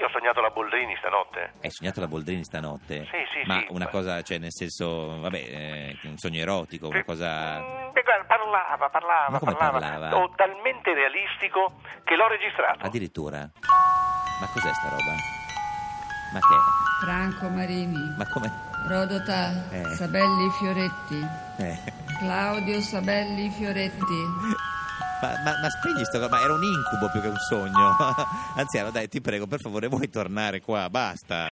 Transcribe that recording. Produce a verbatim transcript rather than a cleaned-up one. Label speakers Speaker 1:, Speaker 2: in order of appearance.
Speaker 1: ho sognato la Boldrini stanotte.
Speaker 2: Hai sognato la Boldrini stanotte?
Speaker 1: Sì, sì,
Speaker 2: Ma
Speaker 1: sì.
Speaker 2: una cosa, cioè nel senso, vabbè, eh, un sogno erotico, una cosa...
Speaker 1: Mm, beh, guarda, parlava, parlava,
Speaker 2: Ma come parlava?
Speaker 1: Oh, talmente realistico che l'ho registrato.
Speaker 2: Addirittura? Ma cos'è sta roba? Ma che?
Speaker 3: Franco Marini,
Speaker 2: Ma come?
Speaker 3: Rodota
Speaker 2: Eh.
Speaker 3: Sabelli Fioretti,
Speaker 2: Eh.
Speaker 3: Claudio Sabelli Fioretti.
Speaker 2: Ma, ma, ma spegni sto... Ma era un incubo più che un sogno. Anziano, dai, ti prego, per favore, vuoi tornare qua? Basta.